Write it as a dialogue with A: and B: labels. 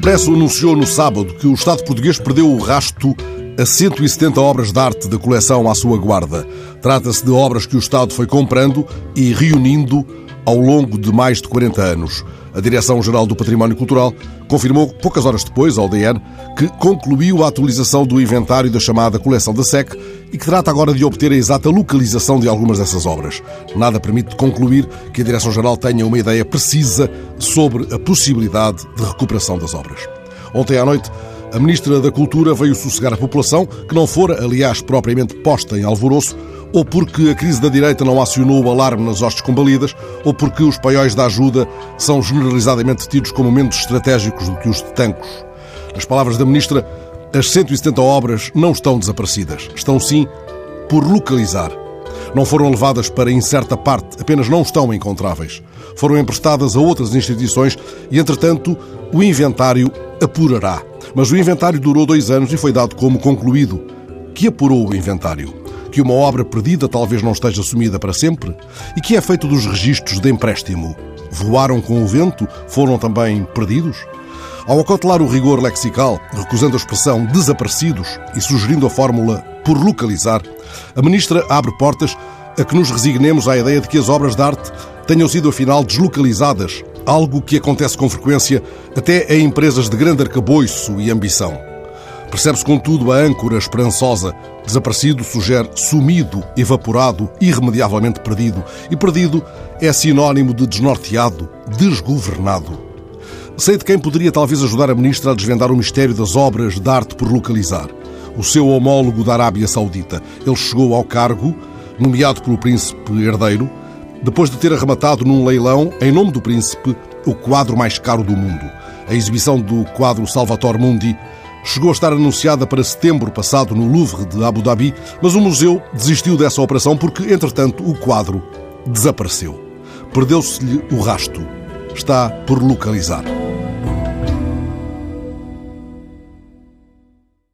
A: Expresso anunciou no sábado que o Estado português perdeu o rasto a 170 obras de arte da coleção à sua guarda. Trata-se de obras que o Estado foi comprando e reunindo ao longo de mais de 40 anos. A Direção-Geral do Património Cultural confirmou, poucas horas depois, ao DN, que concluiu a atualização do inventário da chamada coleção da SEC e que trata agora de obter a exata localização de algumas dessas obras. Nada permite concluir que a Direção-Geral tenha uma ideia precisa sobre a possibilidade de recuperação das obras. Ontem à noite, a Ministra da Cultura veio sossegar a população, que não fora, aliás, propriamente posta em alvoroço, ou porque a crise da direita não acionou o alarme nas hostes combalidas, ou porque os paióis da ajuda são generalizadamente tidos como menos estratégicos do que os de tancos. Nas palavras da Ministra, as 170 obras não estão desaparecidas. Estão, sim, por localizar. Não foram levadas para incerta parte, apenas não estão encontráveis. Foram emprestadas a outras instituições e, entretanto, o inventário apurará. Mas o inventário durou 2 anos e foi dado como concluído. Que apurou o inventário? Que uma obra perdida talvez não esteja sumida para sempre? E que é feito dos registros de empréstimo? Voaram com o vento? Foram também perdidos? Ao acautelar o rigor lexical, recusando a expressão desaparecidos e sugerindo a fórmula por localizar, a Ministra abre portas a que nos resignemos à ideia de que as obras de arte tenham sido afinal deslocalizadas, algo que acontece com frequência até a empresas de grande arcabouço e ambição. Percebe-se, contudo, a âncora esperançosa. Desaparecido sugere sumido, evaporado, irremediavelmente perdido. E perdido é sinónimo de desnorteado, desgovernado. Sei de quem poderia talvez ajudar a Ministra a desvendar o mistério das obras de arte por localizar. O seu homólogo da Arábia Saudita. Ele chegou ao cargo, nomeado pelo príncipe herdeiro, depois de ter arrematado num leilão, em nome do príncipe, o quadro mais caro do mundo. A exibição do quadro Salvator Mundi chegou a estar anunciada para setembro passado no Louvre de Abu Dhabi, mas o museu desistiu dessa operação porque, entretanto, o quadro desapareceu. Perdeu-se-lhe o rasto. Está por localizar.